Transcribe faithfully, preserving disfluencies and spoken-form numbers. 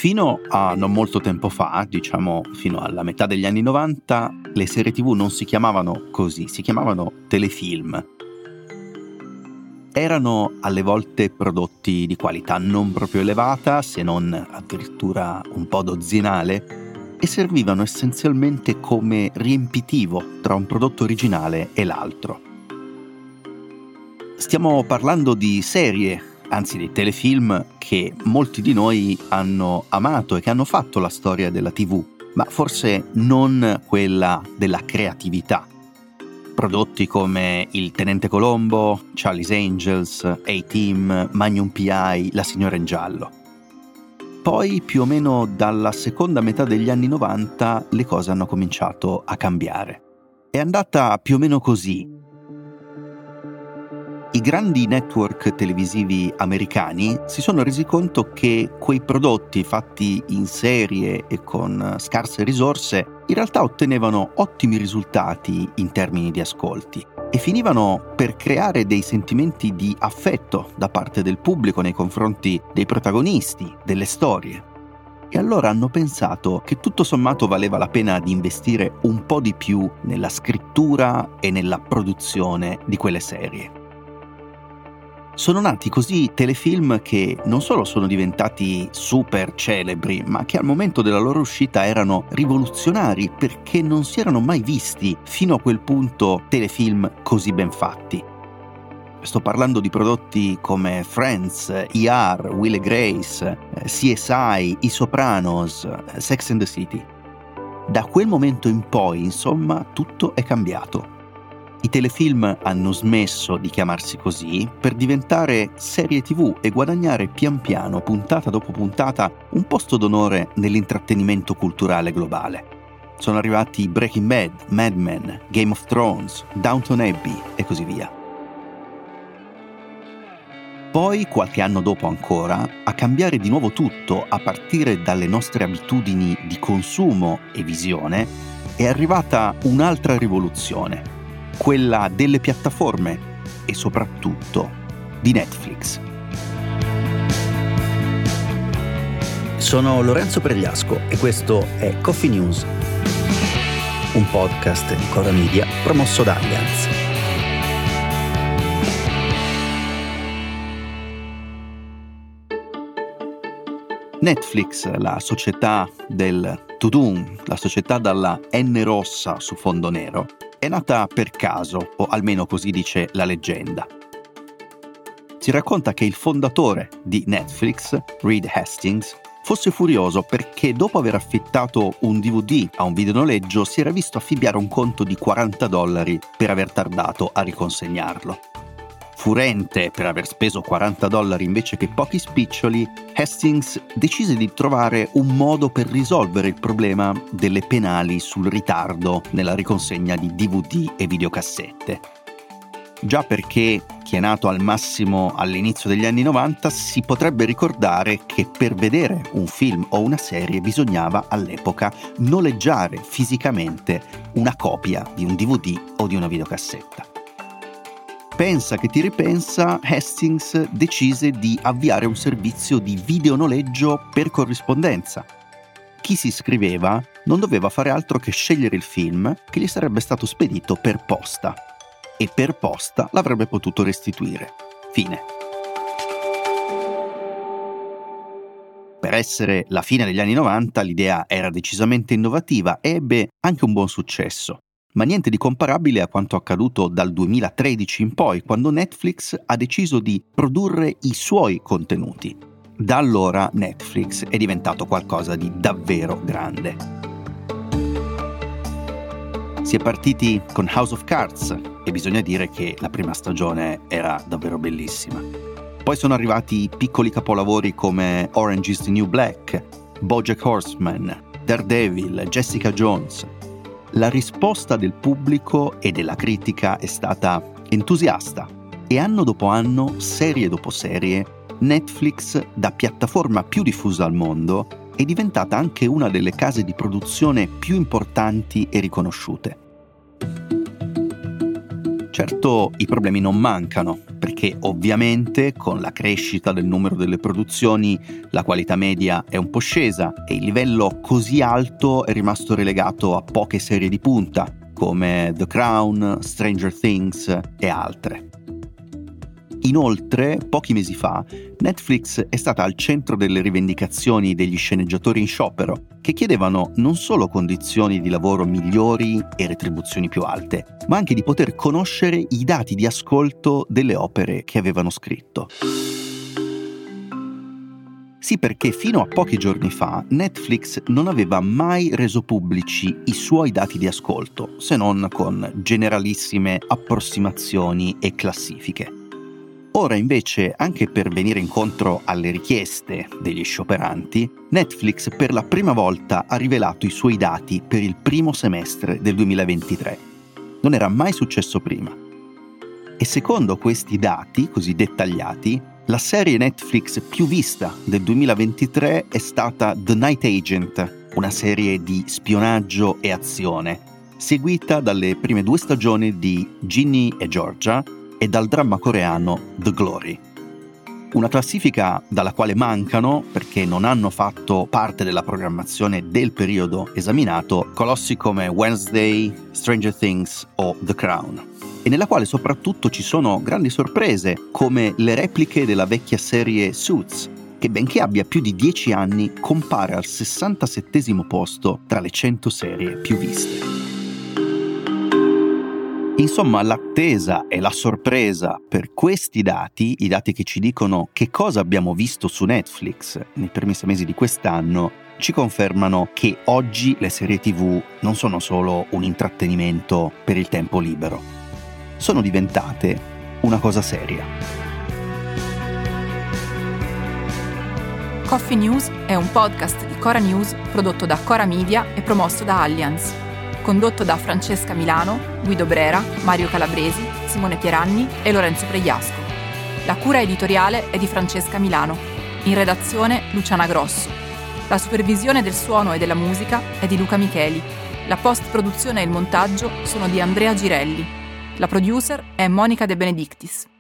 Fino a non molto tempo fa, diciamo fino alla metà degli anni novanta, le serie tivù non si chiamavano così, si chiamavano telefilm. Erano alle volte prodotti di qualità non proprio elevata, se non addirittura un po' dozzinale, e servivano essenzialmente come riempitivo tra un prodotto originale e l'altro. Stiamo parlando di serie, anzi di telefilm, che molti di noi hanno amato e che hanno fatto la storia della tivù, ma forse non quella della creatività. Prodotti come Il Tenente Colombo, Charlie's Angels, A-Team, Magnum P I, La Signora in Giallo. Poi, più o meno dalla seconda metà degli anni novanta, le cose hanno cominciato a cambiare. È andata più o meno così. I grandi network televisivi americani si sono resi conto che quei prodotti fatti in serie e con scarse risorse in realtà ottenevano ottimi risultati in termini di ascolti e finivano per creare dei sentimenti di affetto da parte del pubblico nei confronti dei protagonisti, delle storie. E allora hanno pensato che tutto sommato valeva la pena di investire un po' di più nella scrittura e nella produzione di quelle serie. Sono nati così telefilm che non solo sono diventati super celebri, ma che al momento della loro uscita erano rivoluzionari perché non si erano mai visti fino a quel punto telefilm così ben fatti. Sto parlando di prodotti come Friends, E R, Will e Grace, C S I, I Sopranos, Sex and the City. Da quel momento in poi, insomma, tutto è cambiato. I telefilm hanno smesso di chiamarsi così per diventare serie tivù e guadagnare pian piano, puntata dopo puntata, un posto d'onore nell'intrattenimento culturale globale. Sono arrivati Breaking Bad, Mad Men, Game of Thrones, Downton Abbey e così via. Poi, qualche anno dopo ancora, a cambiare di nuovo tutto a partire dalle nostre abitudini di consumo e visione, è arrivata un'altra rivoluzione. Quella delle piattaforme e soprattutto di Netflix. Sono Lorenzo Pregliasco e questo è Coffee News, un podcast di Cora Media promosso da Allianz. Netflix, la società del Tudum, la società dalla N rossa su fondo nero, è nata per caso, o almeno così dice la leggenda. Si racconta che il fondatore di Netflix, Reed Hastings, fosse furioso perché dopo aver affittato un D V D a un videonoleggio si era visto affibbiare un conto di quaranta dollari per aver tardato a riconsegnarlo. Furente per aver speso quaranta dollari invece che pochi spiccioli, Hastings decise di trovare un modo per risolvere il problema delle penali sul ritardo nella riconsegna di D V D e videocassette. Già perché chi è nato al massimo all'inizio degli anni novanta si potrebbe ricordare che per vedere un film o una serie bisognava all'epoca noleggiare fisicamente una copia di un D V D o di una videocassetta. Pensa che ti ripensa, Hastings decise di avviare un servizio di videonoleggio per corrispondenza. Chi si iscriveva non doveva fare altro che scegliere il film che gli sarebbe stato spedito per posta e per posta l'avrebbe potuto restituire. Fine. Per essere la fine degli anni novanta l'idea era decisamente innovativa e ebbe anche un buon successo. Ma niente di comparabile a quanto accaduto dal duemilatredici in poi, quando Netflix ha deciso di produrre i suoi contenuti. Da allora Netflix è diventato qualcosa di davvero grande. Si è partiti con House of Cards e bisogna dire che la prima stagione era davvero bellissima. Poi sono arrivati piccoli capolavori come Orange is the New Black, BoJack Horseman, Daredevil, Jessica Jones. La risposta del pubblico e della critica è stata entusiasta e anno dopo anno, serie dopo serie, Netflix, da piattaforma più diffusa al mondo, è diventata anche una delle case di produzione più importanti e riconosciute. Certo, i problemi non mancano, perché ovviamente con la crescita del numero delle produzioni la qualità media è un po' scesa e il livello così alto è rimasto relegato a poche serie di punta, come The Crown, Stranger Things e altre. Inoltre, pochi mesi fa, Netflix è stata al centro delle rivendicazioni degli sceneggiatori in sciopero, che chiedevano non solo condizioni di lavoro migliori e retribuzioni più alte, ma anche di poter conoscere i dati di ascolto delle opere che avevano scritto. Sì, perché fino a pochi giorni fa Netflix non aveva mai reso pubblici i suoi dati di ascolto, se non con generalissime approssimazioni e classifiche. Ora invece, anche per venire incontro alle richieste degli scioperanti, Netflix per la prima volta ha rivelato i suoi dati per il primo semestre del duemilaventitré. Non era mai successo prima. E secondo questi dati, così dettagliati, la serie Netflix più vista del duemilaventitré è stata The Night Agent, una serie di spionaggio e azione, seguita dalle prime due stagioni di Ginny e Georgia e dal dramma coreano The Glory. Una classifica dalla quale mancano, perché non hanno fatto parte della programmazione del periodo esaminato, colossi come Wednesday, Stranger Things o The Crown, e nella quale soprattutto ci sono grandi sorprese, come le repliche della vecchia serie Suits, che benché abbia più di dieci anni, compare al sessantasettesimo posto tra le cento serie più viste. Insomma, l'attesa e la sorpresa per questi dati, i dati che ci dicono che cosa abbiamo visto su Netflix nei primi sei mesi di quest'anno, ci confermano che oggi le serie tivù non sono solo un intrattenimento per il tempo libero. Sono diventate una cosa seria. Coffee News è un podcast di Cora News prodotto da Cora Media e promosso da Allianz. Condotto da Francesca Milano, Guido Brera, Mario Calabresi, Simone Pieranni e Lorenzo Pregliasco. La cura editoriale è di Francesca Milano. In redazione Luciana Grosso. La supervisione del suono e della musica è di Luca Micheli. La post-produzione e il montaggio sono di Andrea Girelli. La producer è Monica De Benedictis.